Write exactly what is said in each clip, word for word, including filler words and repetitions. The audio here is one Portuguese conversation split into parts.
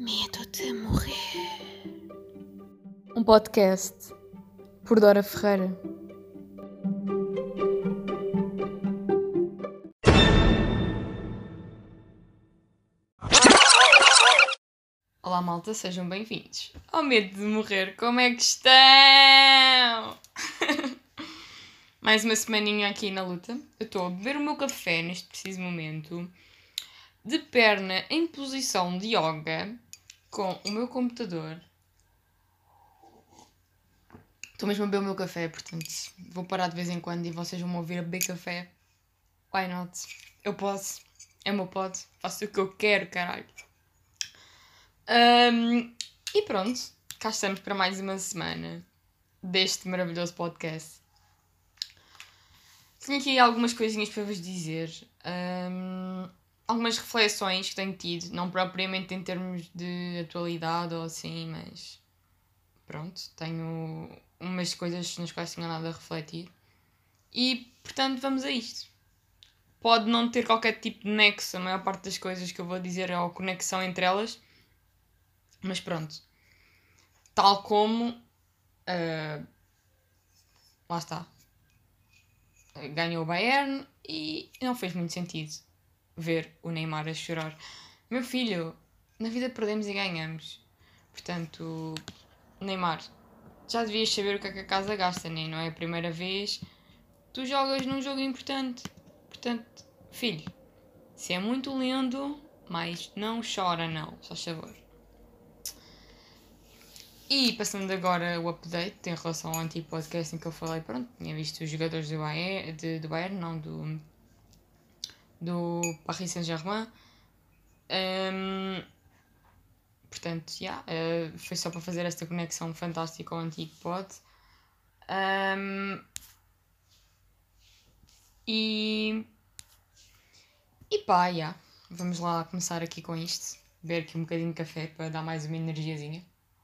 Medo de morrer. Um podcast por Dora Ferreira. Olá malta, sejam bem-vindos ao Medo de Morrer. Como é que estão? Mais uma semaninha aqui na luta. Eu estou a beber o meu café neste preciso momento, de perna em posição de yoga, com o meu computador. Estou mesmo a beber o meu café, portanto vou parar de vez em quando e vocês vão me ouvir a beber café. Why not? Eu posso. É o meu pod. Faço o que eu quero, caralho. Um, e pronto. Cá estamos para mais uma semana deste maravilhoso podcast. Tenho aqui algumas coisinhas para vos dizer. Um, algumas reflexões que tenho tido. Não propriamente em termos de atualidade ou assim, mas... Pronto. Tenho umas coisas nas quais tenho nada a refletir. E, portanto, vamos a isto. Pode não ter qualquer tipo de nexo, a maior parte das coisas que eu vou dizer é a conexão entre elas. Mas pronto. Tal como... Uh, lá está. Ganhou o Bayern e não fez muito sentido ver o Neymar a chorar. Meu filho, na vida perdemos e ganhamos. Portanto, Neymar, já devias saber o que é que a casa gasta, nem não é a primeira vez tu jogas num jogo importante. Portanto, filho, se é muito lindo, mas não chora não, só favor. E passando agora o update em relação ao antigo podcast em que eu falei, pronto, tinha visto os jogadores do Bayern, de, do Bayern, não, do, do Paris Saint-Germain. Um, portanto, já, yeah, uh, foi só para fazer esta conexão fantástica ao antigo pod. Um, e... E pá, já, yeah, vamos lá começar aqui com isto. Beber aqui um bocadinho de café para dar mais uma energiazinha.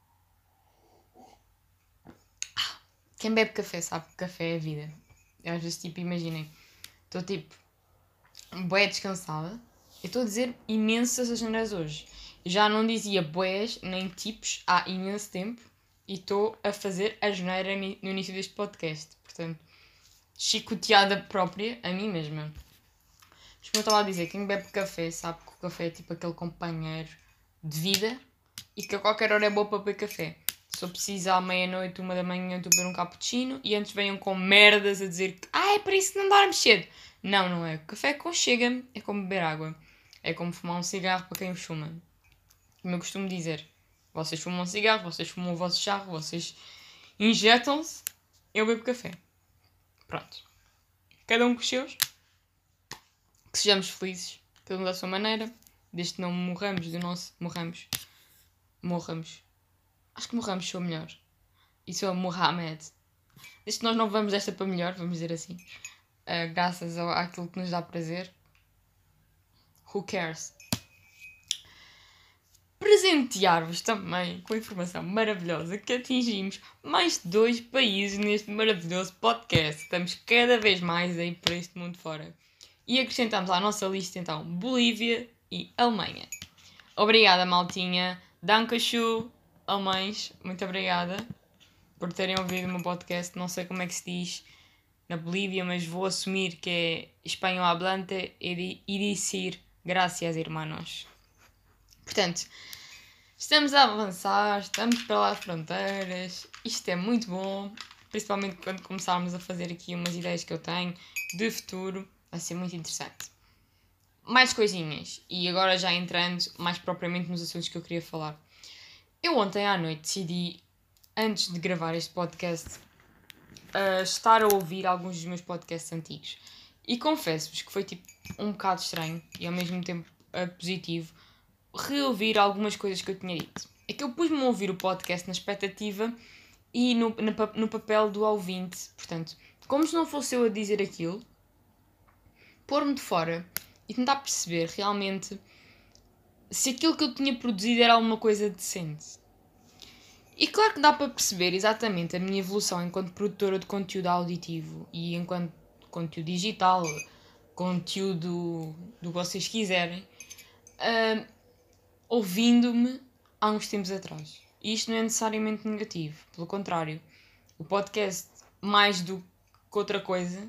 Quem bebe café sabe que café é vida. Eu às vezes, tipo, imaginem, estou tipo, bué descansada. Eu estou a dizer imensas asneiras hoje. Já não dizia bués nem tipos há imenso tempo e estou a fazer asneira no início deste podcast. Portanto, chicoteada própria a mim mesma. Mas como eu estava a dizer, quem bebe café sabe que o café é tipo aquele companheiro de vida e que a qualquer hora é bom para beber café. Se eu preciso à meia-noite, uma da manhã, estou a beber um cappuccino e antes venham com merdas a dizer que ah, é para isso que não dormes cedo. Não, não é. O café aconchega-me, é como beber água. É como fumar um cigarro para quem o fuma. Como eu costumo dizer, vocês fumam um cigarro, vocês fumam o vosso charro, vocês injetam-se, eu bebo café. Pronto. Cada um com os seus. Que sejamos felizes, cada um da sua maneira, desde que não morramos do nosso... Morramos. Morramos. Acho que morramos sou melhor. E sou Mohamed. Desde que nós não vamos desta para melhor, vamos dizer assim. Uh, graças ao, àquilo que nos dá prazer. Who cares? Presentear-vos também com a informação maravilhosa que atingimos mais de dois países neste maravilhoso podcast. Estamos cada vez mais aí para este mundo fora. E acrescentamos à nossa lista então Bolívia e Alemanha. Obrigada, maltinha. Dankeschön, alemães. Muito obrigada por terem ouvido o meu podcast. Não sei como é que se diz na Bolívia, mas vou assumir que é espanhol hablante e dizer gracias, hermanos. Portanto, estamos a avançar, estamos para lá as fronteiras. Isto é muito bom, principalmente quando começarmos a fazer aqui umas ideias que eu tenho de futuro. Vai ser muito interessante. Mais coisinhas. E agora já entrando mais propriamente nos assuntos que eu queria falar. Eu ontem à noite decidi, antes de gravar este podcast, uh, estar a ouvir alguns dos meus podcasts antigos. E confesso-vos que foi tipo um bocado estranho e ao mesmo tempo uh, positivo reouvir algumas coisas que eu tinha dito. É que eu pus-me a ouvir o podcast na expectativa e no, no, no papel do ouvinte. Portanto, como se não fosse eu a dizer aquilo, pôr-me de fora e tentar perceber realmente se aquilo que eu tinha produzido era alguma coisa decente. E claro que dá para perceber exatamente a minha evolução enquanto produtora de conteúdo auditivo e enquanto conteúdo digital, conteúdo do que vocês quiserem, uh, ouvindo-me há uns tempos atrás. E isto não é necessariamente negativo, pelo contrário. O podcast, mais do que outra coisa,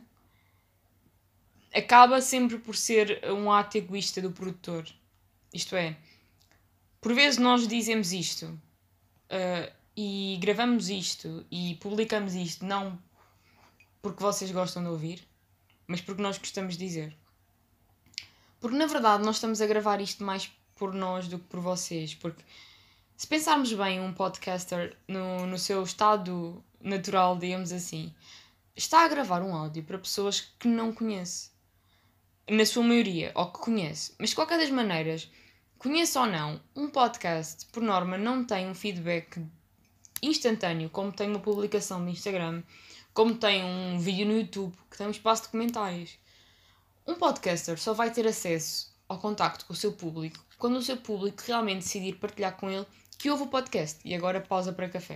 acaba sempre por ser um ato egoísta do produtor. Isto é, por vezes nós dizemos isto uh, e gravamos isto e publicamos isto não porque vocês gostam de ouvir, mas porque nós gostamos de dizer. Porque na verdade nós estamos a gravar isto mais por nós do que por vocês. Porque se pensarmos bem, um podcaster no, no seu estado natural, digamos assim, está a gravar um áudio para pessoas que não conhece. Na sua maioria, ou que conhece. Mas de qualquer das maneiras, conheça ou não, um podcast, por norma, não tem um feedback instantâneo, como tem uma publicação no Instagram, como tem um vídeo no YouTube, que tem um espaço de comentários. Um podcaster só vai ter acesso ao contacto com o seu público quando o seu público realmente decidir partilhar com ele que ouve o podcast. E agora pausa para café.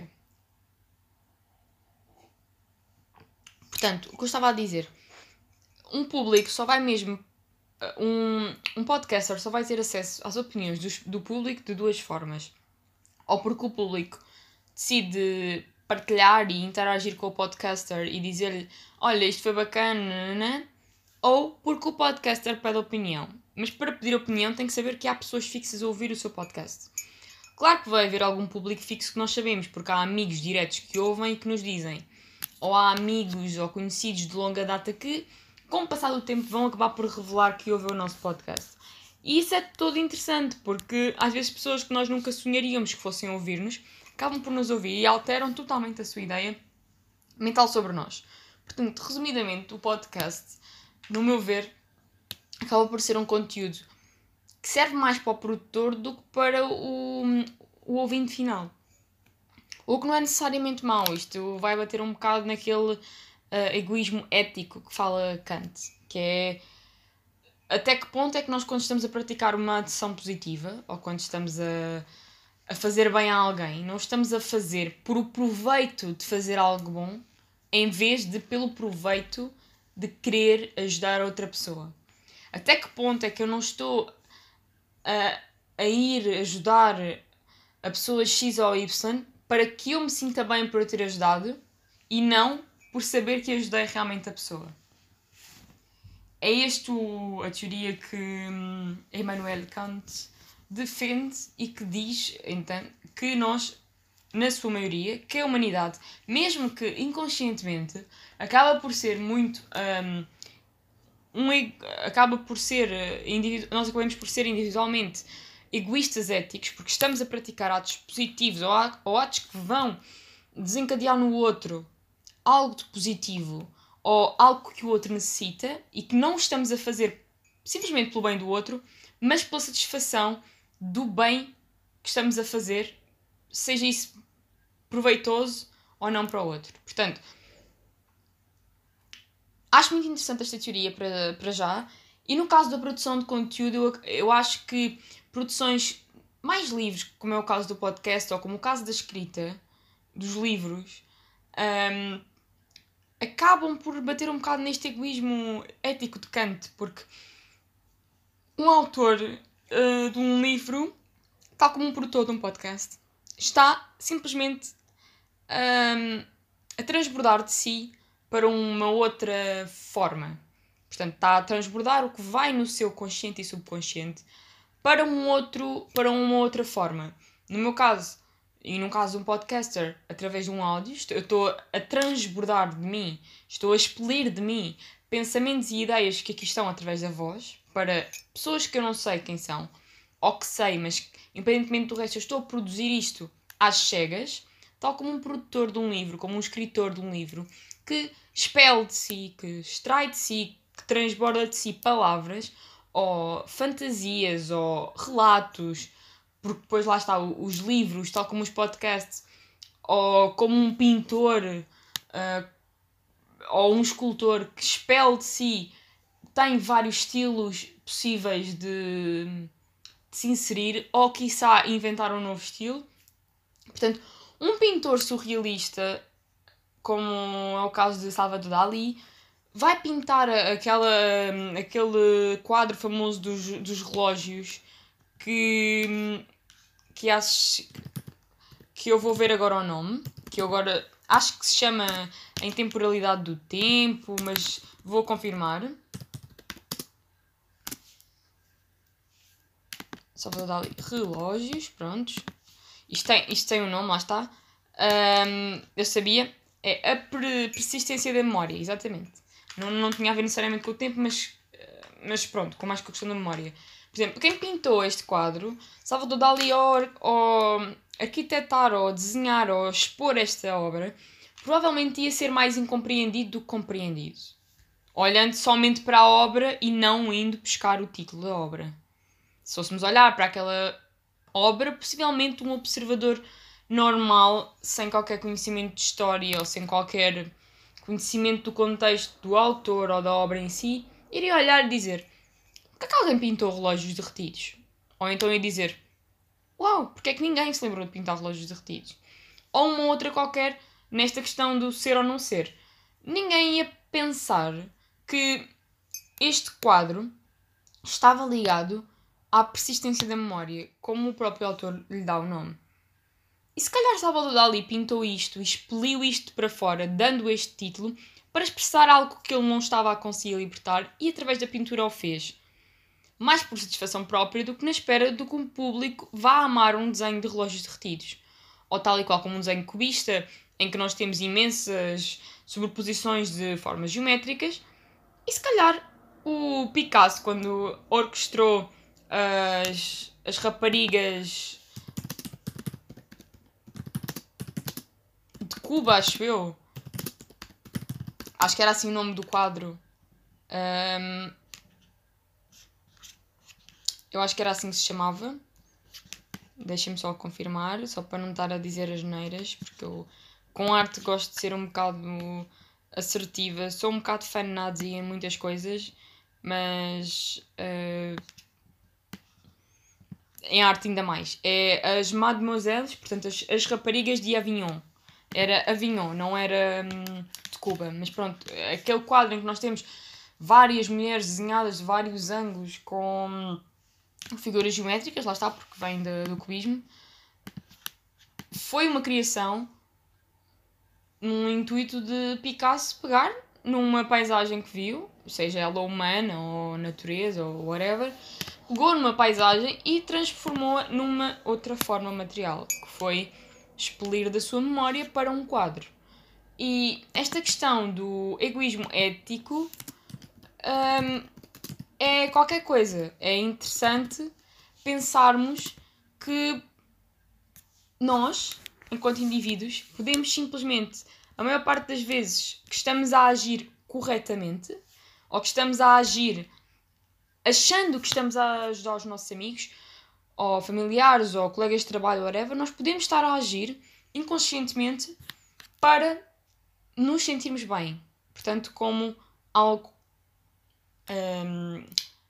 Portanto, o que eu estava a dizer, um público só vai mesmo, um, um podcaster só vai ter acesso às opiniões do, do público de duas formas. Ou porque o público decide partilhar e interagir com o podcaster e dizer-lhe, olha, isto foi bacana, né? Ou porque o podcaster pede opinião. Mas para pedir opinião tem que saber que há pessoas fixas a ouvir o seu podcast. Claro que vai haver algum público fixo que nós sabemos, porque há amigos diretos que ouvem e que nos dizem. Ou há amigos ou conhecidos de longa data que, com o passar do tempo, vão acabar por revelar que ouvem o nosso podcast. E isso é todo interessante, porque às vezes pessoas que nós nunca sonharíamos que fossem ouvir-nos, acabam por nos ouvir e alteram totalmente a sua ideia mental sobre nós. Portanto, resumidamente, o podcast, no meu ver, acaba por ser um conteúdo que serve mais para o produtor do que para o, o ouvinte final. O que não é necessariamente mau. Isto vai bater um bocado naquele uh, egoísmo ético que fala Kant, que é até que ponto é que nós, quando estamos a praticar uma ação positiva, ou quando estamos a, a fazer bem a alguém, não estamos a fazer por o proveito de fazer algo bom, em vez de pelo proveito de querer ajudar outra pessoa. Até que ponto é que eu não estou a, a ir ajudar a pessoa X ou Y para que eu me sinta bem por eu ter ajudado e não por saber que ajudei realmente a pessoa. É esta a teoria que hum, Emmanuel Kant defende e que diz, então, que nós, na sua maioria, que a humanidade, mesmo que inconscientemente, acaba por ser muito... Um, um, acaba por ser... Individu- nós acabamos por ser individualmente egoístas éticos, porque estamos a praticar atos positivos ou, a, ou atos que vão desencadear no outro algo de positivo ou algo que o outro necessita e que não estamos a fazer simplesmente pelo bem do outro, mas pela satisfação do bem que estamos a fazer, seja isso proveitoso ou não para o outro. Portanto, acho muito interessante esta teoria para, para já. E no caso da produção de conteúdo, eu, eu acho que produções mais livres, como é o caso do podcast ou como o caso da escrita, dos livros, um, acabam por bater um bocado neste egoísmo ético de Kant, porque um autor uh, de um livro, tal como um produtor de um podcast, está simplesmente um, a transbordar de si para uma outra forma. Portanto, está a transbordar o que vai no seu consciente e subconsciente para, um outro, para uma outra forma. No meu caso, e no caso de um podcaster, através de um áudio, eu estou a transbordar de mim, estou a expelir de mim pensamentos e ideias que aqui estão através da voz para pessoas que eu não sei quem são, ou que sei, mas independentemente do resto, eu estou a produzir isto às cegas, tal como um produtor de um livro, como um escritor de um livro, que expele de si, que extrai de si, que transborda de si palavras, ou fantasias, ou relatos, porque depois lá está os livros, tal como os podcasts, ou como um pintor uh, ou um escultor que expele de si, tem vários estilos possíveis de, de se inserir, ou quiçá inventar um novo estilo. Portanto, um pintor surrealista, como é o caso de Salvador Dalí, vai pintar aquela, aquele quadro famoso dos, dos relógios que, que acho que eu vou ver agora o nome, que eu agora acho que se chama A Intemporalidade do Tempo, mas vou confirmar. Salvador Dalí, relógios, prontos. Isto tem, isto tem um nome, lá está. Um, eu sabia. É a persistência da memória, exatamente. Não, não tinha a ver necessariamente com o tempo, mas, mas pronto, com mais com a questão da memória. Por exemplo, quem pintou este quadro, Salvador Dalí, ou, ou arquitetar, ou desenhar, ou expor esta obra, provavelmente ia ser mais incompreendido do que compreendido. Olhando somente para a obra e não indo buscar o título da obra. Se fôssemos olhar para aquela obra, possivelmente um observador normal, sem qualquer conhecimento de história ou sem qualquer conhecimento do contexto do autor ou da obra em si, iria olhar e dizer: por que é que alguém pintou relógios derretidos? Ou então ia dizer: uau, porque é que ninguém se lembrou de pintar relógios derretidos? Ou uma outra qualquer nesta questão do ser ou não ser. Ninguém ia pensar que este quadro estava ligado à persistência da memória, como o próprio autor lhe dá o nome. E se calhar Salvador Dalí pintou isto e expeliu isto para fora, dando este título, para expressar algo que ele não estava a conseguir libertar e através da pintura o fez. Mais por satisfação própria do que na espera de que um público vá amar um desenho de relógios derretidos. Ou tal e qual como um desenho cubista, em que nós temos imensas sobreposições de formas geométricas. E se calhar o Picasso, quando orquestrou as, as raparigas de Cuba, acho eu. Acho que era assim o nome do quadro. Um, eu acho que era assim que se chamava. Deixem-me só confirmar, só para não estar a dizer as neiras, porque eu com arte gosto de ser um bocado assertiva. Sou um bocado fan nazi em muitas coisas, mas uh, em arte ainda mais. É as Mademoiselles, portanto as, as raparigas de Avignon. Era Avignon, não era hum, de Cuba. Mas pronto, aquele quadro em que nós temos várias mulheres desenhadas de vários ângulos com figuras geométricas, lá está, porque vem do, do cubismo, foi uma criação num intuito de Picasso pegar numa paisagem que viu, seja ela humana ou natureza ou whatever, pegou numa paisagem e transformou numa outra forma material, que foi expelir da sua memória para um quadro. E esta questão do egoísmo ético hum, é qualquer coisa. É interessante pensarmos que nós, enquanto indivíduos, podemos simplesmente, a maior parte das vezes que estamos a agir corretamente, ou que estamos a agir achando que estamos a ajudar os nossos amigos, ou familiares, ou colegas de trabalho, whatever, nós podemos estar a agir inconscientemente para nos sentirmos bem. Portanto, como algo hum,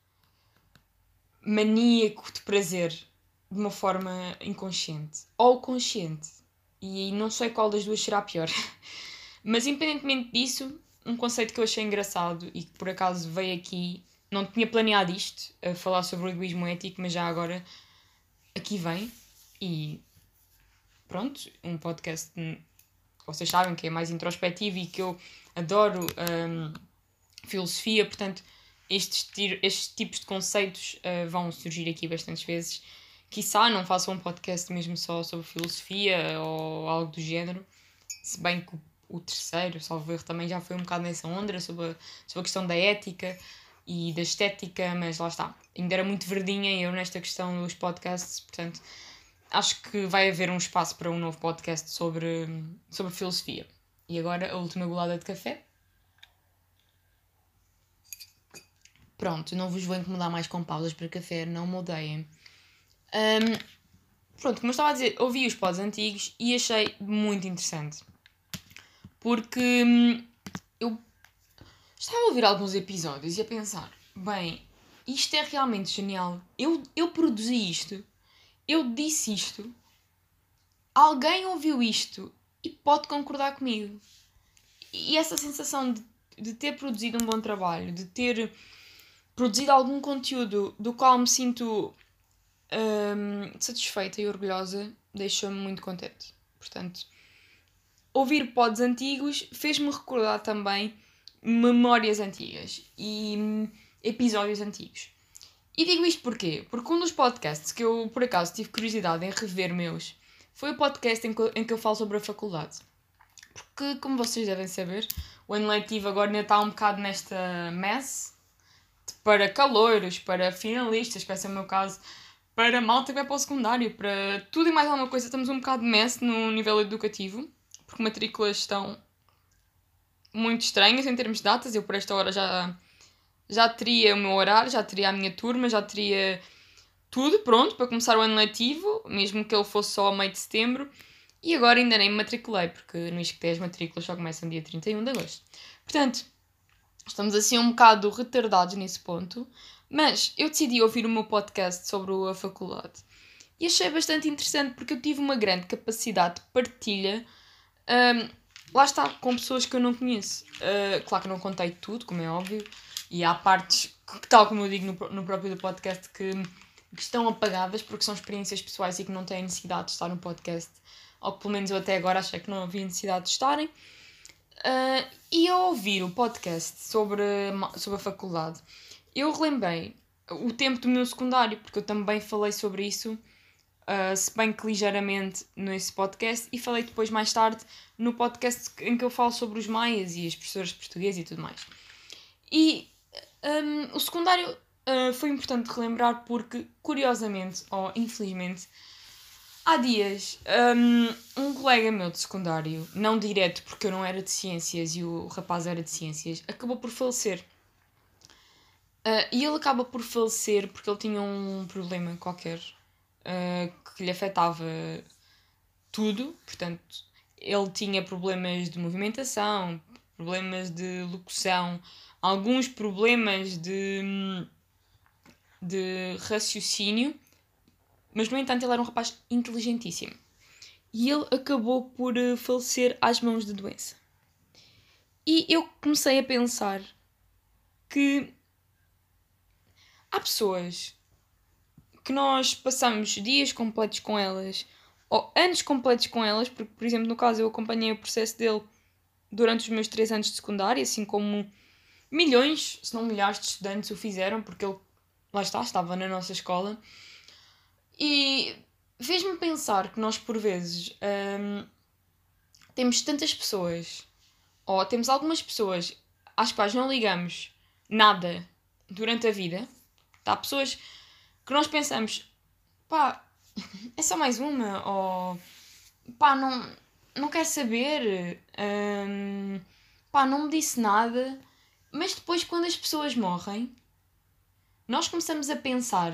maníaco de prazer, de uma forma inconsciente. Ou consciente. E não sei qual das duas será pior. Mas independentemente disso, um conceito que eu achei engraçado e que por acaso veio aqui, não tinha planeado isto, a falar sobre o egoísmo ético, mas já agora aqui vem. E pronto, um podcast que vocês sabem que é mais introspectivo e que eu adoro hum, filosofia, portanto estes, estes tipos de conceitos uh, vão surgir aqui bastantes vezes. Quiçá não façam um podcast mesmo só sobre filosofia ou algo do género, se bem que o, o terceiro, salvo erro, também já foi um bocado nessa onda sobre a, sobre a questão da ética e da estética, mas lá está, ainda era muito verdinha eu nesta questão dos podcasts, portanto acho que vai haver um espaço para um novo podcast sobre, sobre filosofia. E agora a última golada de café. Pronto, não vos vou incomodar mais com pausas para café, não me odeiem. Um, pronto, como eu estava a dizer, ouvi os pods antigos e achei muito interessante. Porque hum, eu estava a ouvir alguns episódios e a pensar, bem, isto é realmente genial. Eu, eu produzi isto, eu disse isto, alguém ouviu isto e pode concordar comigo. E essa sensação de, de ter produzido um bom trabalho, de ter produzido algum conteúdo do qual me sinto hum, satisfeita e orgulhosa, deixou-me muito contente. Portanto, ouvir pods antigos fez-me recordar também memórias antigas e hum, episódios antigos. E digo isto porquê? Porque um dos podcasts que eu, por acaso, tive curiosidade em rever meus foi o podcast em que, eu- em que eu falo sobre a faculdade. Porque, como vocês devem saber, o ano letivo agora ainda está um bocado nesta mess para calouros, para finalistas, que vai ser o meu caso, para malta que vai para o secundário, para tudo e mais alguma coisa. Estamos um bocado de mess no nível educativo, porque matrículas estão muito estranhas em termos de datas. Eu, por esta hora, já, já teria o meu horário, já teria a minha turma, já teria tudo pronto para começar o ano letivo, mesmo que ele fosse só a meio de setembro. E agora ainda nem me matriculei, porque no ISCTE as matrículas só começam dia trinta e um de agosto. Portanto, estamos assim um bocado retardados nesse ponto, mas eu decidi ouvir o meu podcast sobre a faculdade e achei bastante interessante porque eu tive uma grande capacidade de partilha. hum, lá está, com pessoas que eu não conheço. Uh, claro que não contei tudo, como é óbvio, e há partes, que, tal como eu digo no, no próprio do podcast, que, que estão apagadas porque são experiências pessoais e que não têm necessidade de estar no podcast, ou que pelo menos eu até agora achei que não havia necessidade de estarem. Uh, e ao ouvir o podcast sobre, sobre a faculdade, eu relembrei o tempo do meu secundário, porque eu também falei sobre isso, uh, se bem que ligeiramente nesse podcast, e falei depois mais tarde no podcast em que eu falo sobre os maias e as professoras de português e tudo mais. E um, o secundário uh, foi importante relembrar porque, curiosamente, ou infelizmente, há dias, um, um colega meu de secundário, não direto porque eu não era de ciências e o rapaz era de ciências, acabou por falecer. Uh, e ele acaba por falecer porque ele tinha um problema qualquer uh, que lhe afetava tudo. Portanto, ele tinha problemas de movimentação, problemas de locução, alguns problemas de, de raciocínio. Mas, no entanto, ele era um rapaz inteligentíssimo. E ele acabou por uh, falecer às mãos da doença. E eu comecei a pensar que há pessoas que nós passamos dias completos com elas, ou anos completos com elas, porque, por exemplo, no caso, eu acompanhei o processo dele durante os meus três anos de secundária, assim como milhões, se não milhares de estudantes o fizeram, porque ele, lá está, estava na nossa escola. E fez-me pensar que nós, por vezes, hum, temos tantas pessoas, ou temos algumas pessoas às quais não ligamos nada durante a vida. Há pessoas que nós pensamos, pá, é só mais uma, ou pá, não, não quer saber, hum, pá, não me disse nada. Mas depois, quando as pessoas morrem, nós começamos a pensar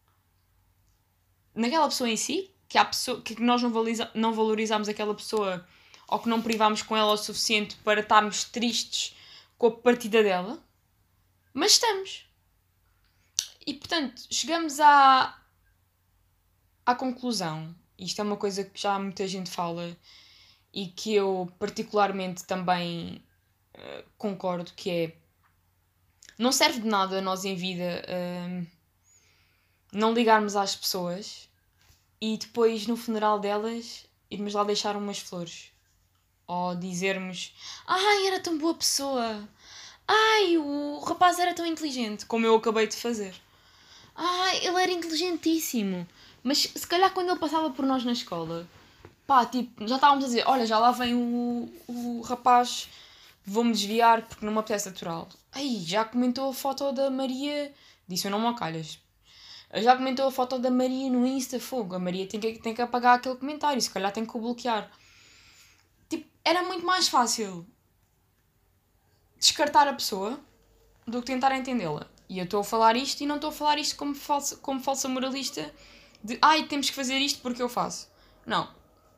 naquela pessoa em si, que, há pessoa, que nós não, valoriza, não valorizamos aquela pessoa ou que não privamos com ela o suficiente para estarmos tristes com a partida dela, mas estamos. E portanto, chegamos à, à conclusão, isto é uma coisa que já muita gente fala e que eu particularmente também uh, concordo, que é não serve de nada nós em vida uh, não ligarmos às pessoas e depois no funeral delas irmos lá deixar umas flores. Ou dizermos, ai, era tão boa pessoa. Ai, o rapaz era tão inteligente, como eu acabei de fazer. Ai, ele era inteligentíssimo. Mas se calhar quando ele passava por nós na escola, pá, tipo, já estávamos a dizer, olha, já lá vem o, o rapaz, vou-me desviar porque não me apetece natural. Ai, já comentou a foto da Maria, disse o nome ao calhas. Já comentou a foto da Maria no Insta, fogo. A Maria tem que, tem que apagar aquele comentário, se calhar tem que o bloquear. Tipo, era muito mais fácil descartar a pessoa do que tentar entendê-la. E eu estou a falar isto e não estou a falar isto como falsa, como falsa moralista de ai, temos que fazer isto porque eu faço. Não.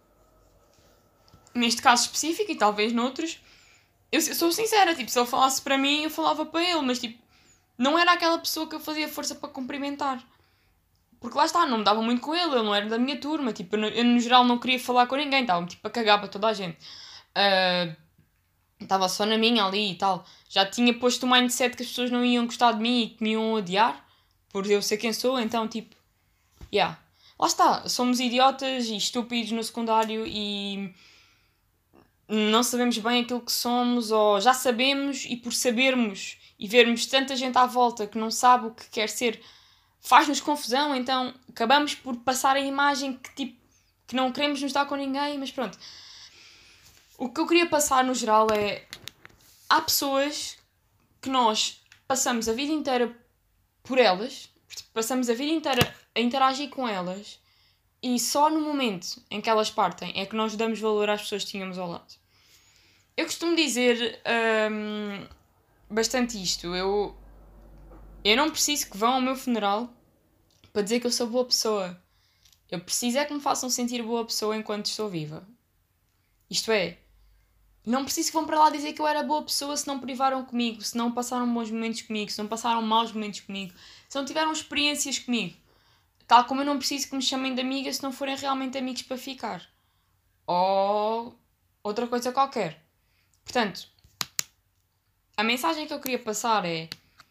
Neste caso específico e talvez noutros, eu sou sincera, tipo, se ele falasse para mim, eu falava para ele, mas tipo, não era aquela pessoa que eu fazia força para cumprimentar. Porque lá está, não me dava muito com ele, ele não era da minha turma, tipo, eu, eu no geral não queria falar com ninguém, estava-me tipo a cagar para toda a gente. Estava uh, só na minha ali e tal. Já tinha posto o mindset que as pessoas não iam gostar de mim e que me iam odiar, por eu ser quem sou, então tipo, Yeah. Lá está, somos idiotas e estúpidos no secundário e não sabemos bem aquilo que somos, ou já sabemos e por sabermos e vermos tanta gente à volta que não sabe o que quer ser, faz-nos confusão, então acabamos por passar a imagem que, tipo, que não queremos nos dar com ninguém, mas pronto. O que eu queria passar no geral é, há pessoas que nós passamos a vida inteira por elas, passamos a vida inteira a interagir com elas e só no momento em que elas partem é que nós damos valor às pessoas que tínhamos ao lado. Eu costumo dizer hum, bastante isto. Eu, eu não preciso que vão ao meu funeral para dizer que eu sou boa pessoa. Eu preciso é que me façam sentir boa pessoa enquanto estou viva. Isto é, não preciso que vão para lá dizer que eu era boa pessoa se não privaram comigo, se não passaram bons momentos comigo, se não passaram maus momentos comigo, se não tiveram experiências comigo. Tal como eu não preciso que me chamem de amiga se não forem realmente amigos para ficar. Ou outra coisa qualquer. Portanto, a mensagem que eu queria passar é: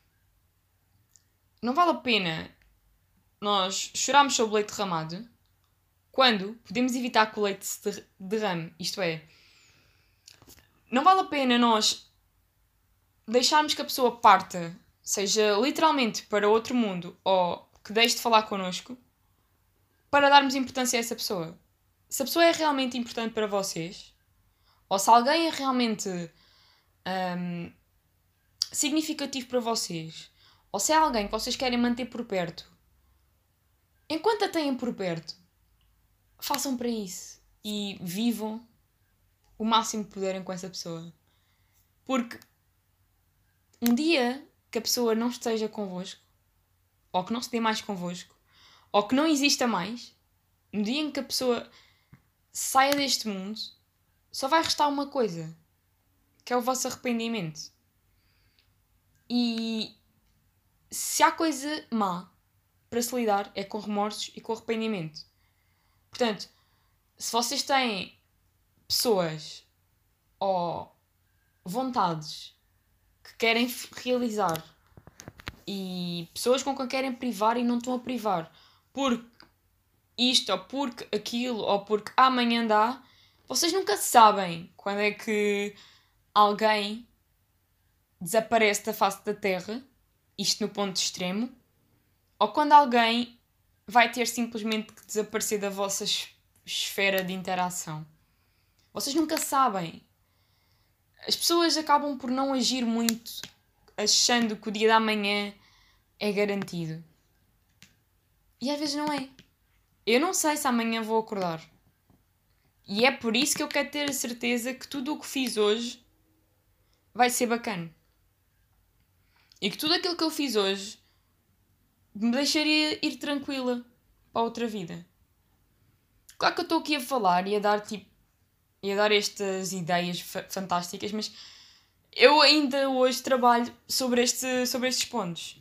não vale a pena nós chorarmos sobre leite derramado quando podemos evitar que o leite se derrame. Isto é, não vale a pena nós deixarmos que a pessoa parta, seja literalmente para outro mundo ou que deixe de falar connosco, para darmos importância a essa pessoa. Se a pessoa é realmente importante para vocês, ou se alguém é realmente um, significativo para vocês, ou se é alguém que vocês querem manter por perto, enquanto a têm por perto, façam para isso e vivam o máximo que puderem com essa pessoa. Porque um dia que a pessoa não esteja convosco, ou que não se dê mais convosco, ou que não exista mais, no dia em que a pessoa saia deste mundo, só vai restar uma coisa, que é o vosso arrependimento. E se há coisa má para se lidar, é com remorsos e com arrependimento. Portanto, se vocês têm pessoas ou vontades que querem realizar e pessoas com quem querem privar e não estão a privar porque isto ou porque aquilo ou porque amanhã dá, vocês nunca sabem quando é que alguém desaparece da face da Terra, isto no ponto extremo, ou quando alguém vai ter simplesmente que desaparecer da vossa esfera de interação. Vocês nunca sabem. As pessoas acabam por não agir muito achando que o dia da manhã é garantido. E às vezes não é. Eu não sei se amanhã vou acordar. E é por isso que eu quero ter a certeza que tudo o que fiz hoje vai ser bacana. E que tudo aquilo que eu fiz hoje me deixaria ir tranquila para outra vida. Claro que eu estou aqui a falar e a dar tipo e a dar estas ideias fa- fantásticas, mas eu ainda hoje trabalho sobre, este, sobre estes pontos.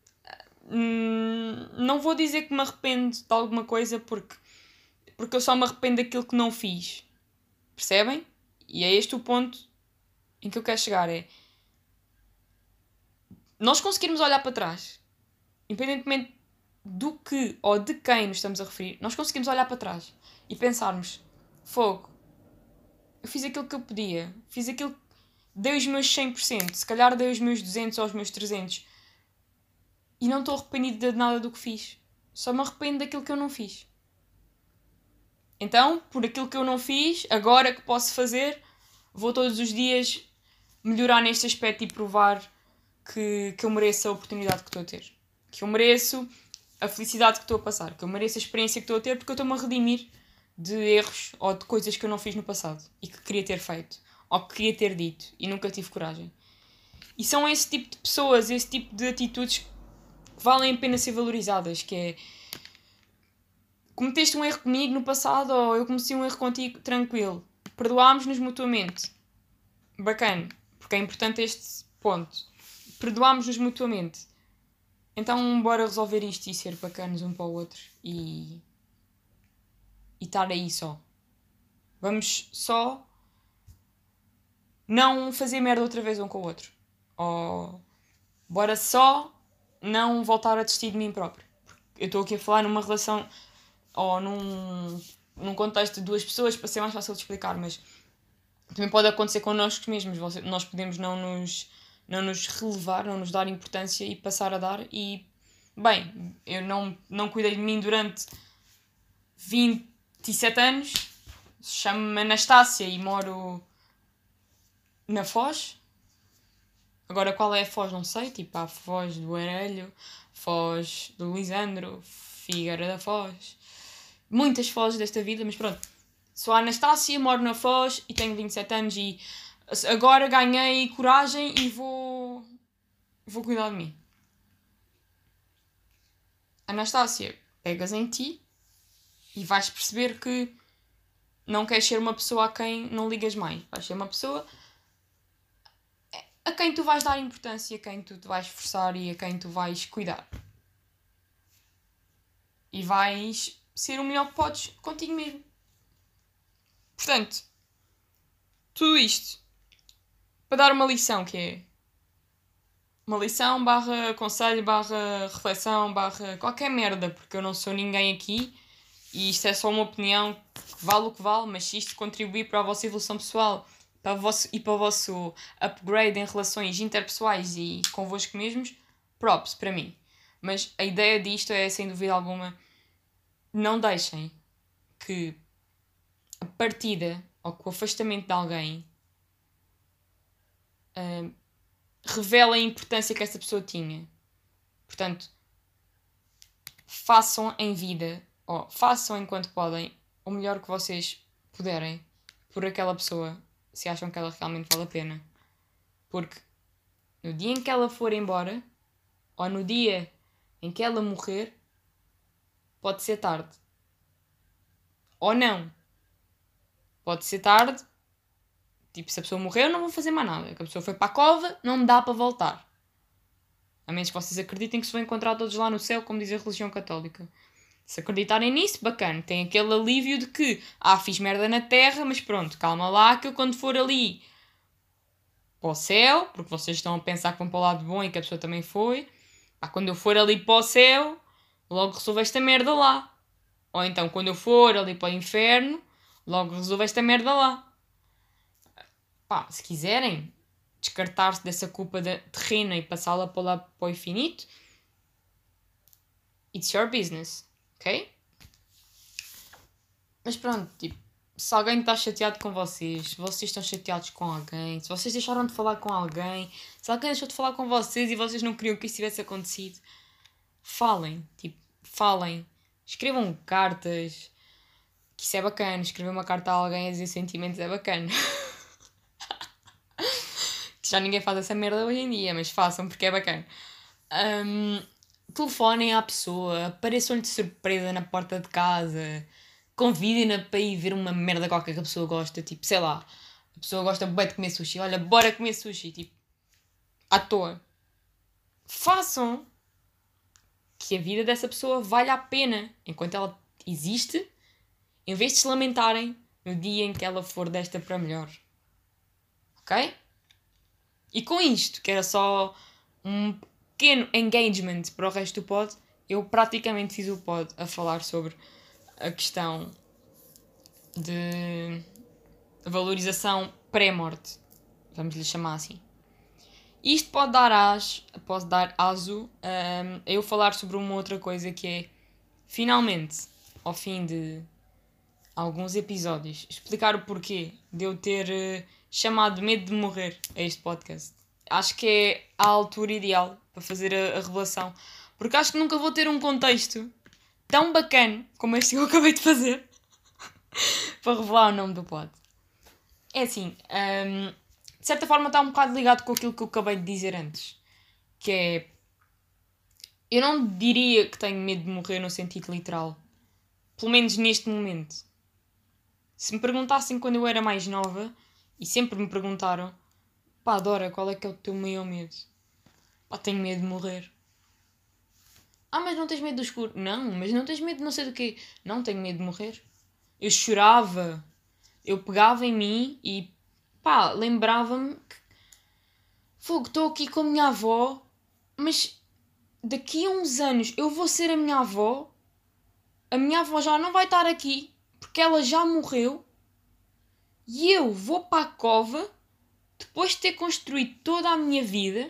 Hum, não vou dizer que me arrependo de alguma coisa porque, porque eu só me arrependo daquilo que não fiz. Percebem? E é este o ponto em que eu quero chegar. É nós conseguirmos olhar para trás, independentemente do que ou de quem nos estamos a referir, nós conseguimos olhar para trás e pensarmos: fogo, eu fiz aquilo que eu podia, fiz aquilo, dei os meus cem por cento, se calhar dei os meus duzentos ou os meus trezentos e não estou arrependido de nada do que fiz, só me arrependo daquilo que eu não fiz. Então, por aquilo que eu não fiz, agora que posso fazer, vou todos os dias melhorar neste aspecto e provar que, que eu mereço a oportunidade que estou a ter, que eu mereço a felicidade que estou a passar, que eu mereço a experiência que estou a ter, porque eu estou-me a redimir de erros ou de coisas que eu não fiz no passado e que queria ter feito ou que queria ter dito e nunca tive coragem. E são esse tipo de pessoas, esse tipo de atitudes que valem a pena ser valorizadas, que é: cometeste um erro comigo no passado ou eu cometi um erro contigo, tranquilo, perdoámos-nos mutuamente, bacana, porque é importante este ponto, perdoámos-nos mutuamente, então bora resolver isto e ser bacanos um para o outro e e estar aí só. Vamos só não fazer merda outra vez um com o outro. Ou bora só não voltar a desistir de mim próprio. eu estou aqui a falar numa relação ou num, num contexto de duas pessoas para ser mais fácil de explicar, mas também pode acontecer connosco mesmos. Nós podemos não nos, não nos relevar, não nos dar importância e passar a dar. E, bem, eu não, não cuidei de mim durante vinte e sete anos. Chamo-me Anastácia e moro na Foz. Agora qual é a Foz não sei, tipo há Foz do Arelho, Foz do Lisandro, Figueira da Foz, muitas Fozes desta vida, mas pronto. Sou a Anastácia, moro na Foz e tenho vinte e sete anos e agora ganhei coragem e vou, vou cuidar de mim. Anastácia, pegas em ti e vais perceber que não queres ser uma pessoa a quem não ligas mais. Vais ser uma pessoa a quem tu vais dar importância, a quem tu te vais esforçar e a quem tu vais cuidar. E vais ser o melhor que podes contigo mesmo. Portanto, tudo isto para dar uma lição que é uma lição barra conselho, barra reflexão, barra qualquer merda, porque eu não sou ninguém aqui e isto é só uma opinião que vale o que vale, mas se isto contribuir para a vossa evolução pessoal para o vosso, e para o vosso upgrade em relações interpessoais e convosco mesmos, props para mim. Mas a ideia disto é, sem dúvida alguma, não deixem que a partida ou que o afastamento de alguém uh, revele a importância que essa pessoa tinha. Portanto, façam em vida, ou façam enquanto podem, o melhor que vocês puderem por aquela pessoa, se acham que ela realmente vale a pena. Porque no dia em que ela for embora, ou no dia em que ela morrer, pode ser tarde. Ou não. Pode ser tarde. Tipo, se a pessoa morreu, não vou fazer mais nada. Se a pessoa foi para a cova, não dá para voltar. A menos que vocês acreditem que se vão encontrar todos lá no céu, como diz a religião católica. Se acreditarem nisso, bacana. Tem aquele alívio de que, ah, fiz merda na terra, mas pronto, calma lá, que eu quando for ali para o céu, porque vocês estão a pensar que vão para o lado bom e que a pessoa também foi, ah, quando eu for ali para o céu, logo resolvo esta merda lá. Ou então, quando eu for ali para o inferno, logo resolvo esta merda lá. Pá, se quiserem descartar-se dessa culpa de terrena e passá-la para lá para o infinito, it's your business, ok? Mas pronto, tipo, se alguém está chateado com vocês, se vocês estão chateados com alguém, se vocês deixaram de falar com alguém, se alguém deixou de falar com vocês e vocês não queriam que isso tivesse acontecido, falem, tipo, falem, escrevam cartas, que isso é bacana, escrever uma carta a alguém a dizer sentimentos é bacana. Já ninguém faz essa merda hoje em dia, mas façam porque é bacana. Um, telefonem à pessoa, apareçam-lhe de surpresa na porta de casa, convidem-na para ir ver uma merda qualquer que a pessoa gosta, tipo, sei lá, a pessoa gosta bem de comer sushi, olha, bora comer sushi, tipo, à toa. Façam que a vida dessa pessoa valha a pena enquanto ela existe, em vez de se lamentarem no dia em que ela for desta para melhor. Ok? E com isto, que era só um pequeno engagement para o resto do pod, eu praticamente fiz o pod a falar sobre a questão de valorização pré-morte. Vamos lhe chamar assim. Isto pode dar as, pode dar aso um, a eu falar sobre uma outra coisa que é, finalmente, ao fim de alguns episódios, explicar o porquê de eu ter uh, chamado Medo de Morrer a este podcast. Acho que é a altura ideal para fazer a, a revelação, porque acho que nunca vou ter um contexto tão bacana como este que eu acabei de fazer para revelar o nome do pod. É assim, um, de certa forma está um bocado ligado com aquilo que eu acabei de dizer antes, que é, eu não diria que tenho medo de morrer no sentido literal, pelo menos neste momento. Se me perguntassem quando eu era mais nova, e sempre me perguntaram, pá, Dora, qual é que é o teu maior medo? Pá, tenho medo de morrer. Ah, mas não tens medo do escuro? Não, mas não tens medo de não sei do quê? Não, tenho medo de morrer. Eu chorava, eu pegava em mim e, pá, lembrava-me que, fogo, estou aqui com a minha avó, mas daqui a uns anos eu vou ser a minha avó, a minha avó já não vai estar aqui, porque ela já morreu, e eu vou para a cova, depois de ter construído toda a minha vida,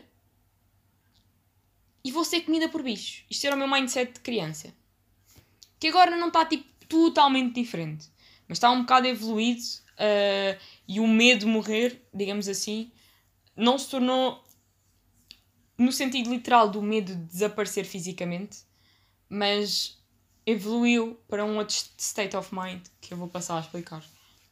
e vou ser comida por bichos. Isto era o meu mindset de criança. Que agora não está, tipo, totalmente diferente. Mas está um bocado evoluído, uh, e o medo de morrer, digamos assim, não se tornou no sentido literal do medo de desaparecer fisicamente, mas evoluiu para um outro state of mind que eu vou passar a explicar.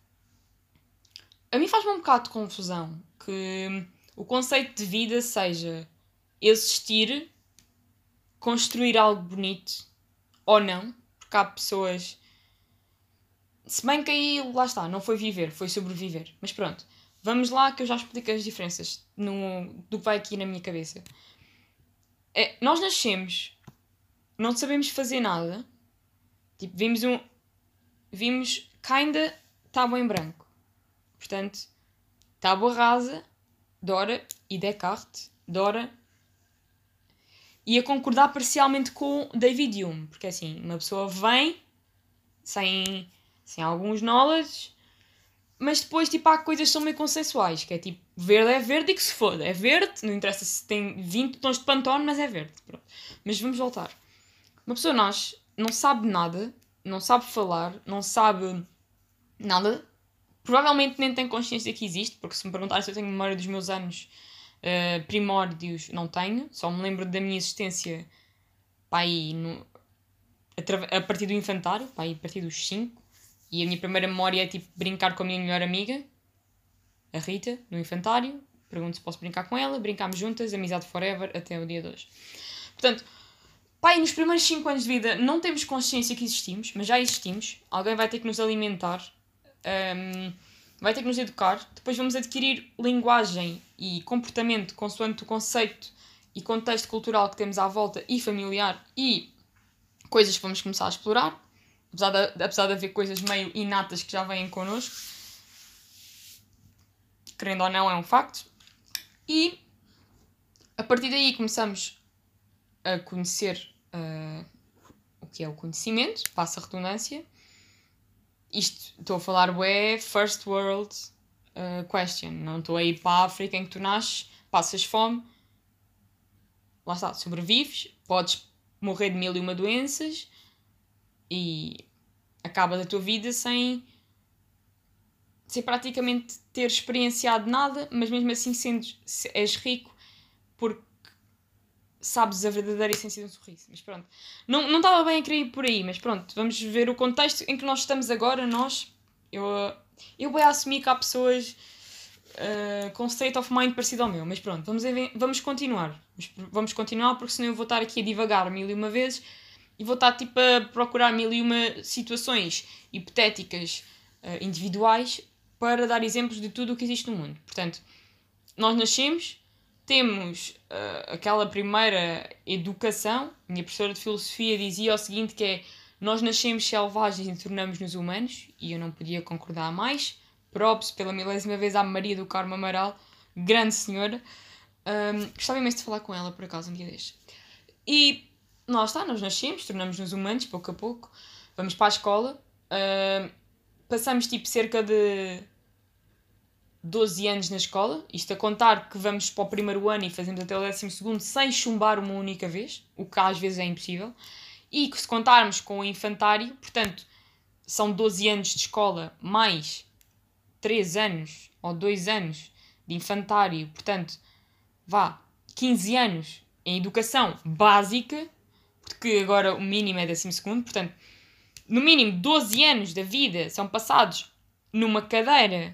A mim faz-me um bocado de confusão que o conceito de vida seja existir, construir algo bonito ou não, porque há pessoas... Se bem que aí, lá está, não foi viver, foi sobreviver. Mas pronto, vamos lá que eu já explico as diferenças no, do que vai aqui na minha cabeça. É, nós nascemos, não sabemos fazer nada, tipo, vimos um... Vimos, kinda, tábua em branco. Portanto, tábua rasa, Dora e Descartes, Dora... E a concordar parcialmente com David Hume, porque assim, uma pessoa vem sem, sem alguns knowledge, mas depois tipo, há coisas que são meio consensuais, que é tipo, verde é verde e que se foda, é verde, não interessa se tem vinte tons de Pantone, mas é verde. Pronto. Mas vamos voltar. Uma pessoa nasce, não sabe nada, não sabe falar, não sabe nada, provavelmente nem tem consciência que existe, porque se me perguntarem se eu tenho memória dos meus anos Uh, primórdios, não tenho, só me lembro da minha existência pá, aí, no, a, a partir do infantário, pá, aí, a partir dos cinco, e a minha primeira memória é tipo brincar com a minha melhor amiga, a Rita, no infantário. Pergunto se posso brincar com ela, brincámos juntas, amizade forever, até o dia de hoje. Portanto, pá, aí, nos primeiros cinco anos de vida não temos consciência que existimos, mas já existimos, alguém vai ter que nos alimentar, um, vai ter que nos educar, depois vamos adquirir linguagem e comportamento consoante o conceito e contexto cultural que temos à volta e familiar e coisas que vamos começar a explorar, apesar de, apesar de haver coisas meio inatas que já vêm connosco, querendo ou não é um facto, e a partir daí começamos a conhecer uh, o que é o conhecimento, passa a redundância. Isto, estou a falar, ué, first world uh, question. Não estou a ir para a África em que tu nasces, passas fome, lá está, sobrevives, podes morrer de mil e uma doenças e acabas a tua vida sem, sem praticamente ter experienciado nada, mas mesmo assim sendo, és rico porque sabes a verdadeira essência de um sorriso. Mas pronto, não, não estava bem a querer ir por aí, mas pronto, vamos ver o contexto em que nós estamos agora. Nós, eu, eu vou assumir que há pessoas uh, com state of mind parecido ao meu, mas pronto, vamos, vamos continuar. Vamos continuar porque senão eu vou estar aqui a divagar mil e uma vezes e vou estar tipo a procurar mil e uma situações hipotéticas uh, individuais para dar exemplos de tudo o que existe no mundo. Portanto, nós nascemos, temos uh, aquela primeira educação. A minha professora de filosofia dizia o seguinte, que é: nós nascemos selvagens e tornamos-nos humanos, e eu não podia concordar mais. Props pela milésima vez à Maria do Carmo Amaral, grande senhora. Um, gostava imenso de falar com ela, por acaso, um dia destes. E lá está, nós nascemos, tornamos-nos humanos, pouco a pouco. Vamos para a escola. Uh, passamos tipo cerca de doze anos na escola, isto a contar que vamos para o primeiro ano e fazemos até o décimo segundo sem chumbar uma única vez, o que às vezes é impossível, e que se contarmos com o infantário, portanto, são doze anos de escola mais três anos ou dois anos de infantário, portanto, vá, quinze anos em educação básica, porque agora o mínimo é décimo segundo, portanto, no mínimo doze anos da vida são passados numa cadeira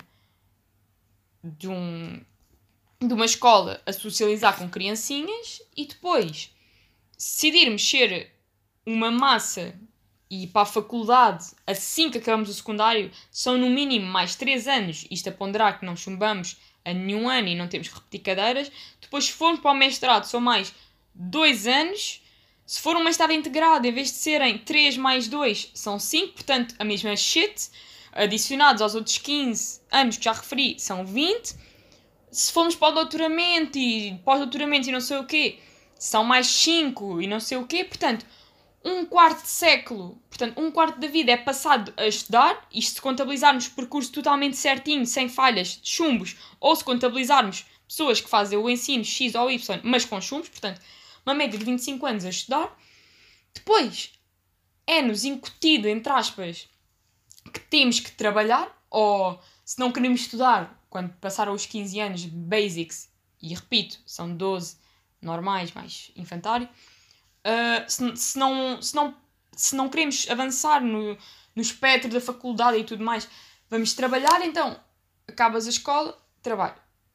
de, um, de uma escola a socializar com criancinhas, e depois decidirmos ser uma massa e ir para a faculdade assim que acabamos o secundário são no mínimo mais três anos, isto a ponderar que não chumbamos a nenhum ano e não temos que repetir cadeiras. Depois, se formos para o mestrado, são mais dois anos. Se for um mestrado integrado, em vez de serem três mais dois, são cinco, portanto a mesma shit. Adicionados aos outros quinze anos que já referi, são vinte. Se formos para o doutoramento e pós-doutoramento e não sei o quê, são mais cinco e não sei o quê, portanto, um quarto de século, portanto, um quarto da vida é passado a estudar, isto se contabilizarmos percurso totalmente certinho, sem falhas, chumbos, ou se contabilizarmos pessoas que fazem o ensino X ou Y, mas com chumbos, portanto, uma média de vinte e cinco anos a estudar. Depois, é-nos incutido, entre aspas, que temos que trabalhar, ou se não queremos estudar, quando passaram os quinze anos de basics, e repito, são doze normais, mais infantário, uh, se, se, não, se, não, se não queremos avançar no, no espectro da faculdade e tudo mais, vamos trabalhar, então acabas a escola, trabalho.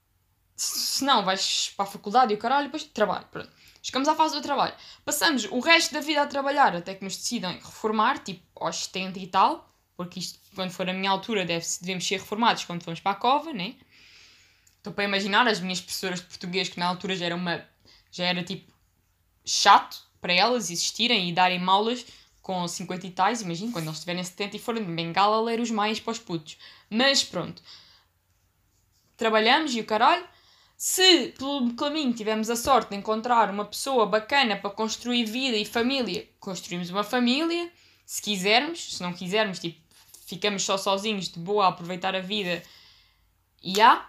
Se não, vais para a faculdade e o caralho, depois trabalho. Pronto. Chegamos à fase do trabalho. Passamos o resto da vida a trabalhar até que nos decidem reformar, tipo aos setenta e tal, porque isto, quando for a minha altura, deve devemos ser reformados quando formos para a cova, né? Estou para imaginar as minhas professoras de português, que na altura já era, uma, já era tipo chato para elas existirem e darem aulas com cinquenta e tais, imagino, quando eles estiverem setenta e forem de bengala ler os mais para os putos. Mas pronto. Trabalhamos e o caralho. Se pelo caminho tivermos a sorte de encontrar uma pessoa bacana para construir vida e família, construímos uma família. Se quisermos, se não quisermos, tipo, ficamos só sozinhos de boa a aproveitar a vida e há.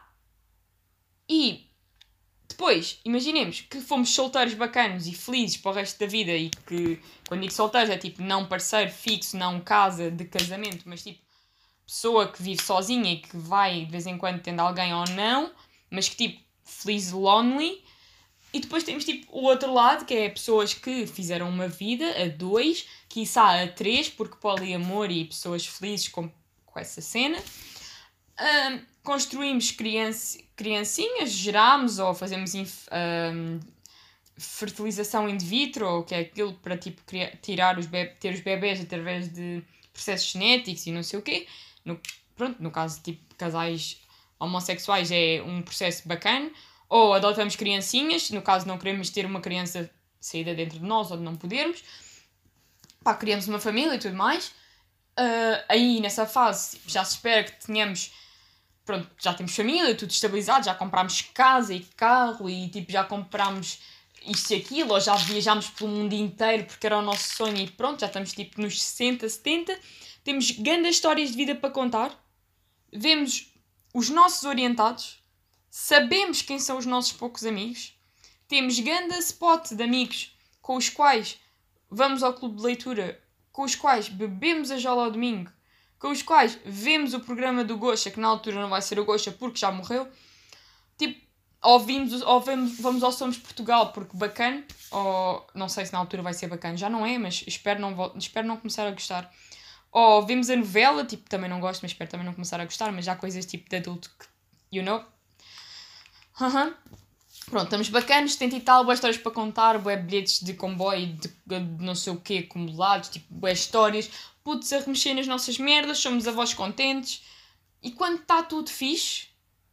E depois, imaginemos que fomos solteiros bacanos e felizes para o resto da vida e que, quando digo solteiros, é tipo não parceiro fixo, não casa de casamento, mas tipo pessoa que vive sozinha e que vai de vez em quando tendo alguém ou não, mas que tipo feliz lonely. E depois temos tipo o outro lado, que é pessoas que fizeram uma vida a dois, quiçá a três, porque poliamor e pessoas felizes com, com essa cena. Um, construímos criança, criancinhas, geramos ou fazemos inf, um, fertilização in vitro, que é aquilo para tipo, criar, tirar os bebê, ter os bebés através de processos genéticos e não sei o quê. No, pronto, no caso tipo casais homossexuais é um processo bacana. Ou adotamos criancinhas, no caso não queremos ter uma criança saída dentro de nós ou de não podermos. Pá, criamos uma família e tudo mais. Uh, aí nessa fase já se espera que tenhamos, pronto, já temos família, tudo estabilizado, já comprámos casa e carro e tipo já comprámos isto e aquilo, ou já viajámos pelo mundo inteiro porque era o nosso sonho e pronto, já estamos tipo nos sessenta, setenta. Temos grandes histórias de vida para contar. Vemos os nossos orientados. Sabemos quem são os nossos poucos amigos. Temos grande spot de amigos com os quais vamos ao clube de leitura, com os quais bebemos a jola ao domingo, com os quais vemos o programa do Gosha, que na altura não vai ser o Gosha porque já morreu. Tipo, ou, vimos, ou vemos, vamos ao Somos Portugal porque bacana, ou não sei se na altura vai ser bacana, já não é, mas espero não, espero não começar a gostar. Ou vemos a novela, tipo, também não gosto, mas espero também não começar a gostar, mas já coisas tipo de adulto que, you know. Uhum. Pronto, estamos bacanos, setenta e tal, boas histórias para contar, bué bilhetes de comboio, de, de não sei o quê, acumulados, tipo, boas histórias, putos a remexer nas nossas merdas, somos avós contentes, e quando está tudo fixe,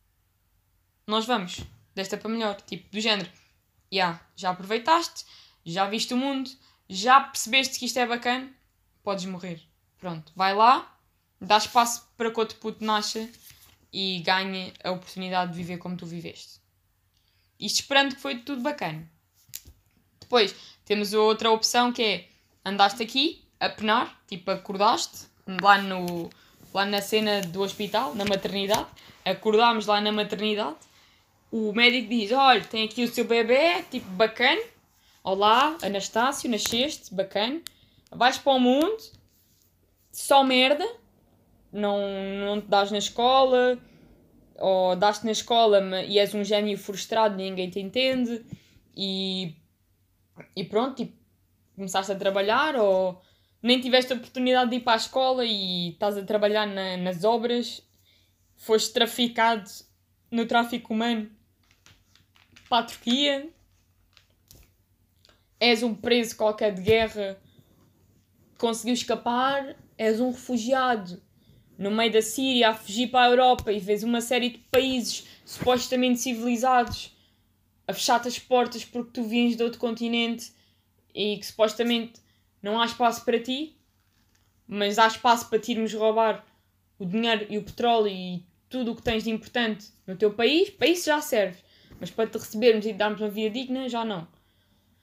nós vamos, desta para melhor, tipo, do género, yeah, já aproveitaste, já viste o mundo, já percebeste que isto é bacana, podes morrer. Pronto, vai lá, dá espaço para que outro puto nasça e ganhe a oportunidade de viver como tu viveste. Isto esperando que foi tudo bacana. Depois, temos outra opção que é, andaste aqui, a penar, tipo, acordaste, lá, no, lá na cena do hospital, na maternidade, acordámos lá na maternidade, o médico diz, olha, tem aqui o seu bebê, tipo, bacana, olá, Anastácio, nasceste, bacana, vais para o mundo, só merda, não, não te dás na escola, ou dás-te na escola e és um gênio frustrado, ninguém te entende, e, e pronto, tipo, começaste a trabalhar, ou nem tiveste a oportunidade de ir para a escola e estás a trabalhar na, nas obras, foste traficado no tráfico humano para a Turquia, és um preso qualquer de guerra, conseguiu escapar, és um refugiado no meio da Síria a fugir para a Europa e vês uma série de países supostamente civilizados a fechar-te as portas porque tu viens de outro continente e que supostamente não há espaço para ti, mas há espaço para te irmos roubar o dinheiro e o petróleo e tudo o que tens de importante no teu país. Para isso já serve, mas para te recebermos e te darmos uma vida digna, já não.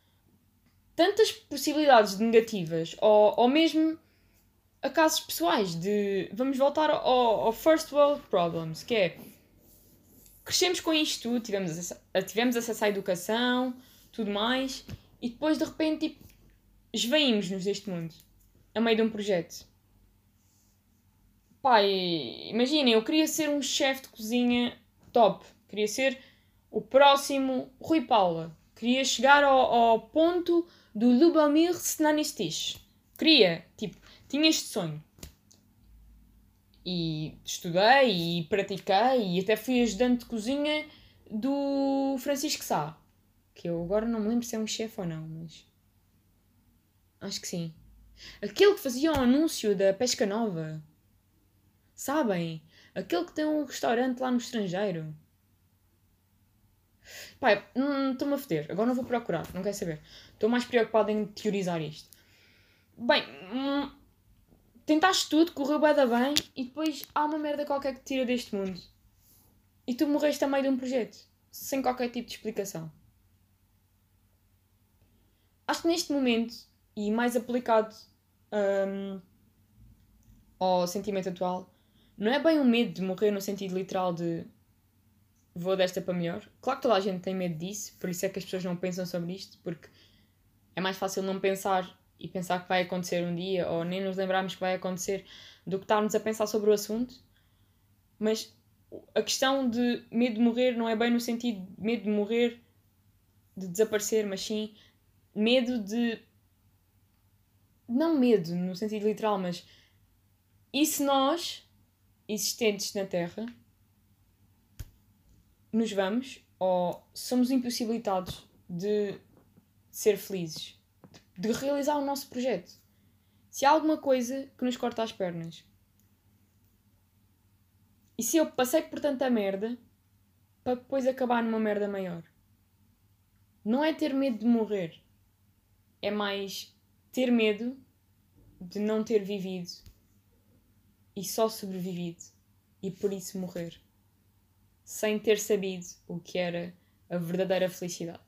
tantas possibilidades negativas, ou, ou mesmo a casos pessoais de... Vamos voltar ao, ao first world problems, que é... Crescemos com isto tudo, tivemos acesso, tivemos acesso à educação, tudo mais, e depois de repente, tipo, esvaímos-nos deste mundo, a meio de um projeto. Pá, imaginem, eu queria ser um chefe de cozinha top, queria ser o próximo Rui Paula, queria chegar ao, ao ponto do Lubomir Stanisic, queria, tipo, tinha este sonho. E estudei e pratiquei e até fui ajudante de cozinha do Francisco Sá. Que eu agora não me lembro se é um chefe ou não, mas... Acho que sim. Aquele que fazia o anúncio da Pesca Nova. Sabem? Aquele que tem um restaurante lá no estrangeiro. Pai, estou-me a foder. Agora não vou procurar, não quero saber. Estou mais preocupado em teorizar isto. Bem... Hum, tentaste tudo, correu bem da bem e depois há uma merda qualquer que te tira deste mundo. E tu morreste a meio de um projeto. Sem qualquer tipo de explicação. Acho que neste momento, e mais aplicado um, ao sentimento atual, não é bem um medo de morrer no sentido literal de vou desta para melhor. Claro que toda a gente tem medo disso, por isso é que as pessoas não pensam sobre isto, porque é mais fácil não pensar e pensar que vai acontecer um dia, ou nem nos lembrarmos que vai acontecer, do que estarmos a pensar sobre o assunto. Mas a questão de medo de morrer não é bem no sentido de medo de morrer, de desaparecer, mas sim medo de... Não medo no sentido literal, mas e se nós, existentes na Terra, nos vamos, ou somos impossibilitados de ser felizes, de realizar o nosso projeto? Se há alguma coisa que nos corta as pernas, e se eu passei por tanta merda para depois acabar numa merda maior? Não é ter medo de morrer, é mais ter medo de não ter vivido e só sobrevivido e por isso morrer, sem ter sabido o que era a verdadeira felicidade.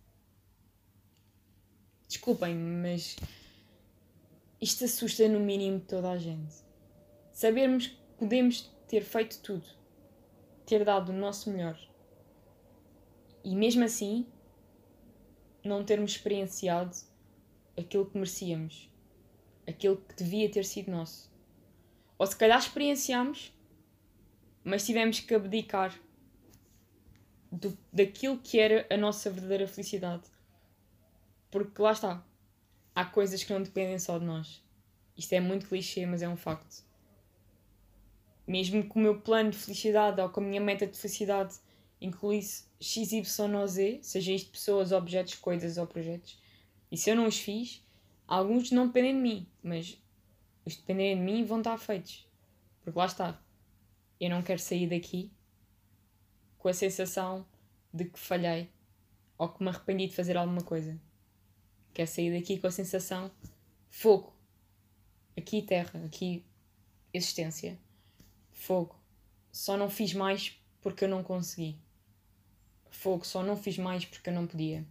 Desculpem-me, mas isto assusta no mínimo toda a gente. Sabermos que podemos ter feito tudo, ter dado o nosso melhor, e mesmo assim não termos experienciado aquilo que merecíamos, aquilo que devia ter sido nosso. Ou se calhar experienciámos, mas tivemos que abdicar do, daquilo que era a nossa verdadeira felicidade. Porque lá está, há coisas que não dependem só de nós. Isto é muito clichê, mas é um facto. Mesmo que o meu plano de felicidade ou que a minha meta de felicidade incluísse X, Y ou Z, seja isto pessoas, objetos, coisas ou projetos, e se eu não os fiz, alguns não dependem de mim, mas os que dependerem de mim vão estar feitos. Porque lá está, eu não quero sair daqui com a sensação de que falhei ou que me arrependi de fazer alguma coisa. Quero sair daqui com a sensação fogo, aqui terra, aqui existência, fogo, só não fiz mais porque eu não consegui, fogo, só não fiz mais porque eu não podia.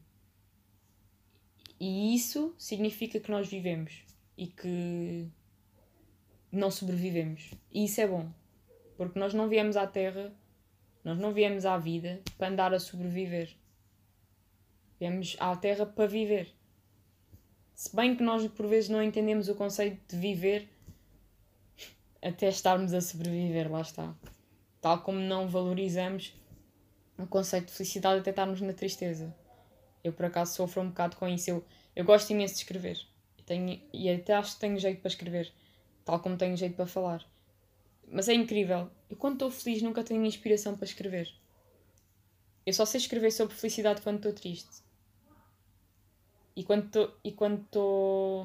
E isso significa que nós vivemos e que não sobrevivemos. E isso é bom, porque nós não viemos à Terra, nós não viemos à vida para andar a sobreviver. Viemos à Terra para viver. Se bem que nós por vezes não entendemos o conceito de viver até estarmos a sobreviver, lá está. Tal como não valorizamos o conceito de felicidade até estarmos na tristeza. Eu por acaso sofro um bocado com isso. Eu, eu gosto imenso de escrever. Eu tenho, e até acho que tenho jeito para escrever. Tal como tenho jeito para falar. Mas é incrível. Eu quando estou feliz nunca tenho inspiração para escrever. Eu só sei escrever sobre felicidade quando estou triste. E quando estou... E quando estou...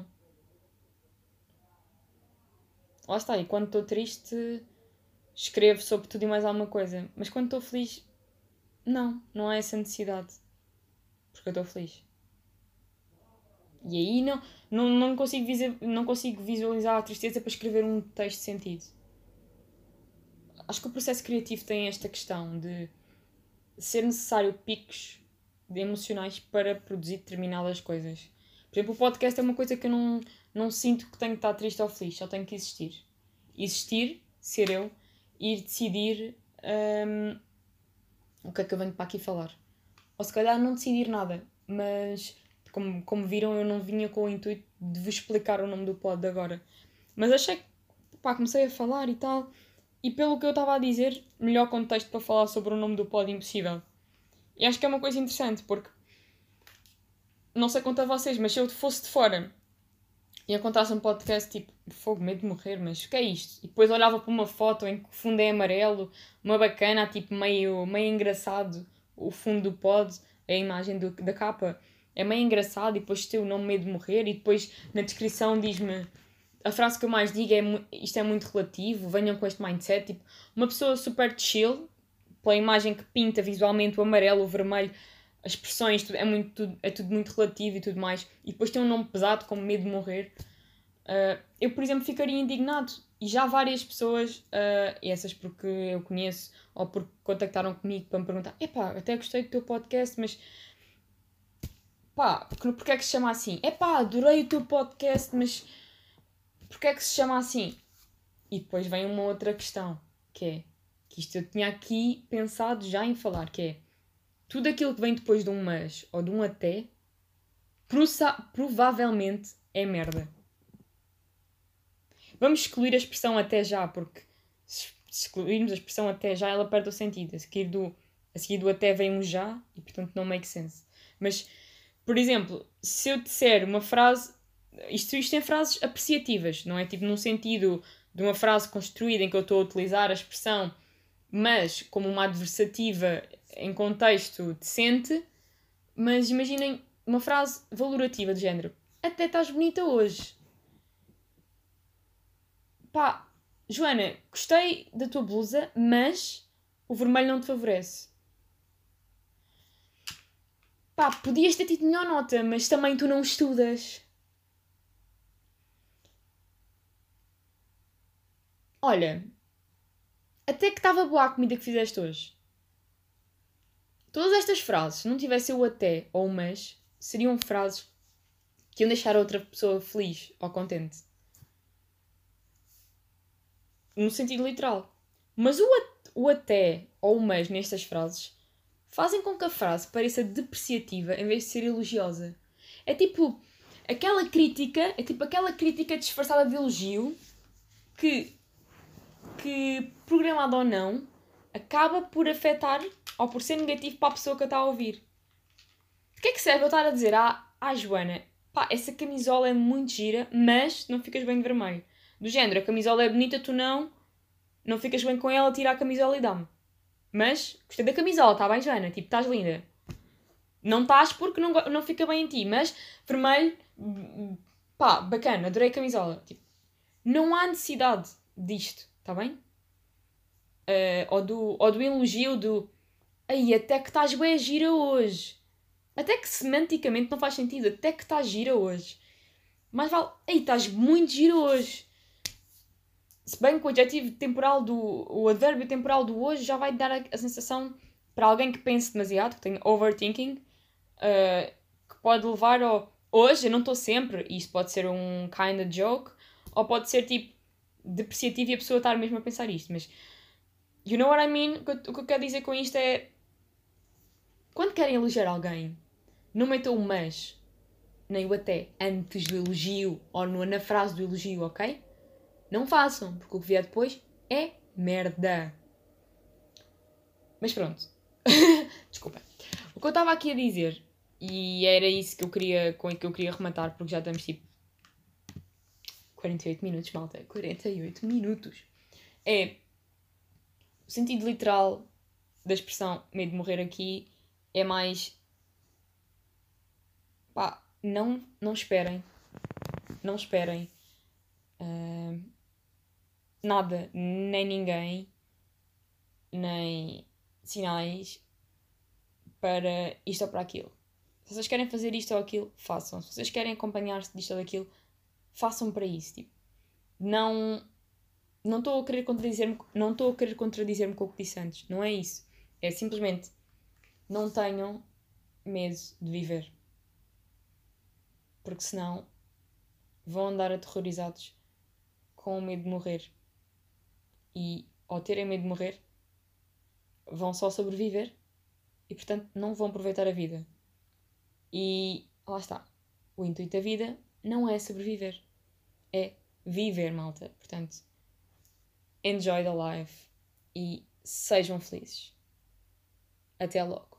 Lá está. E quando estou triste escrevo sobre tudo e mais alguma coisa. Mas quando estou feliz... Não. Não há essa necessidade. Porque eu estou feliz. E aí não, não, não, consigo visualizar, não consigo visualizar a tristeza para escrever um texto de sentido. Acho que o processo criativo tem esta questão de ser necessário picos de emocionais para produzir determinadas coisas. Por Por exemplo, o podcast é uma coisa que eu não, não sinto que tenho que estar triste ou feliz, só tenho que existir. Existir, ser eu, ir decidir hum, o que é que eu venho para aqui falar. Ou se calhar não decidir nada, mas como, como viram eu não vinha com o intuito de vos explicar o nome do pod agora. Mas achei que, pá, comecei a falar e tal, e pelo que eu estava a dizer, melhor contexto para falar sobre o nome do pod impossível. E acho que é uma coisa interessante, porque não sei quanto a vocês, mas se eu fosse de fora e encontrasse um podcast tipo fogo, medo de morrer, mas o que é isto? E depois olhava para uma foto em que o fundo é amarelo, uma bacana, tipo meio, meio engraçado, o fundo do pod, a imagem do, da capa é meio engraçado, e depois tem o nome medo de morrer, e depois na descrição diz-me a frase que eu mais digo é isto é muito relativo, venham com este mindset, tipo, uma pessoa super chill, pela imagem que pinta visualmente, o amarelo, o vermelho, as expressões, tudo, é, muito, tudo, é tudo muito relativo e tudo mais, e depois tem um nome pesado como medo de morrer. Uh, eu, por exemplo, ficaria indignado, e já várias pessoas, uh, e essas porque eu conheço, ou porque contactaram comigo para me perguntar, epá, até gostei do teu podcast, mas pá, porque é que se chama assim? Epá, adorei o teu podcast, mas porque é que se chama assim? E depois vem uma outra questão, que é, que isto eu tinha aqui pensado já em falar, que é, tudo aquilo que vem depois de um mas ou de um até, provavelmente é merda. Vamos excluir a expressão até já, porque se excluirmos a expressão até já, ela perde o sentido. A seguir do, a seguir do até vem um já, e portanto não make sense. Mas, por exemplo, se eu disser uma frase, isto, isto tem frases apreciativas, não é? Tipo num sentido de uma frase construída em que eu estou a utilizar a expressão, mas como uma adversativa em contexto decente, mas imaginem uma frase valorativa do género, até estás bonita hoje. Pá, Joana, gostei da tua blusa, mas o vermelho não te favorece. Pá, podias ter tido melhor nota, mas também tu não estudas. Olha, até que estava boa a comida que fizeste hoje. Todas estas frases, se não tivesse o até ou o mas, seriam frases que iam deixar a outra pessoa feliz ou contente. No sentido literal. Mas o, o até ou o mas nestas frases fazem com que a frase pareça depreciativa em vez de ser elogiosa. É tipo aquela crítica, é tipo aquela crítica disfarçada de elogio que, que programada ou não, acaba por afetar ou por ser negativo para a pessoa que a está a ouvir. De que é que serve eu estar a dizer à, à Joana, pá, essa camisola é muito gira, mas não ficas bem de vermelho. Do género, a camisola é bonita, tu não, não ficas bem com ela, tira a camisola e dá-me. Mas, gostei da camisola, está bem, Joana? Tipo, estás linda. Não estás porque não, não fica bem em ti, mas vermelho, pá, bacana, adorei a camisola. Tipo, não há necessidade disto, está bem? Uh, ou, do, ou do elogio do aí, até que estás bem gira hoje. Até que semanticamente não faz sentido, até que estás gira hoje. Mas vale, aí, estás muito gira hoje. Se bem que o adjetivo temporal do... o advérbio temporal do hoje já vai dar a, a sensação para alguém que pense demasiado, que tenha overthinking, uh, que pode levar ao hoje, eu não estou sempre, e isto pode ser um kind of joke, ou pode ser tipo depreciativo e a pessoa estar mesmo a pensar isto, mas you know what I mean? O que, eu, o que eu quero dizer com isto é quando querem elogiar alguém, não metam o mas nem o até antes do elogio ou no, na frase do elogio, ok? Não façam, porque o que vier depois é merda. Mas pronto. Desculpa. O que eu estava aqui a dizer, e era isso que eu queria, com que eu queria rematar, porque já estamos tipo quarenta e oito minutos, malta. quarenta e oito minutos. É o sentido literal da expressão medo de morrer aqui é mais pá, não, não esperem. Não esperem. Uh, nada, nem ninguém, nem sinais para isto ou para aquilo. Se vocês querem fazer isto ou aquilo, façam. Se vocês querem acompanhar-se disto ou daquilo, façam para isso. Tipo, não não estou a querer contradizer-me, não estou a querer contradizer-me com o que disse antes. Não é isso. É simplesmente não tenham medo de viver. porque senão vão andar aterrorizados com o medo de morrer. E ao terem medo de morrer, vão só sobreviver e, portanto, não vão aproveitar a vida. E lá está. O intuito da vida não é sobreviver. É viver, malta. Portanto, enjoy the life e sejam felizes. Até logo.